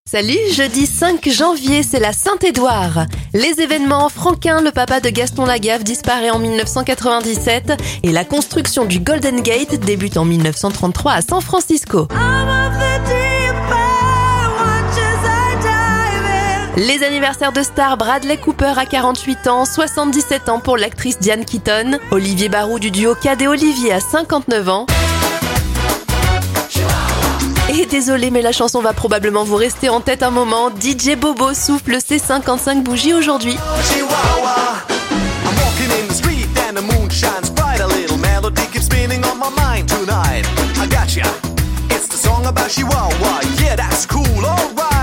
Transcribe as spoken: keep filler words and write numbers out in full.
Salut, jeudi cinq janvier, c'est la Saint-Édouard. Les événements, Franquin, le papa de Gaston Lagaffe, disparaît en dix-neuf cent quatre-vingt-dix-sept et la construction du Golden Gate débute en dix-neuf cent trente-trois à San Francisco. Les anniversaires de stars, Bradley Cooper à quarante-huit ans, soixante-dix-sept ans pour l'actrice Diane Keaton, Olivier Barou du duo Cad et Olivier à cinquante-neuf ans. Et désolé, mais la chanson va probablement vous rester en tête un moment. D J Bobo souffle ses cinquante-cinq bougies aujourd'hui. It's the song about Chihuahua, yeah, that's cool, alright.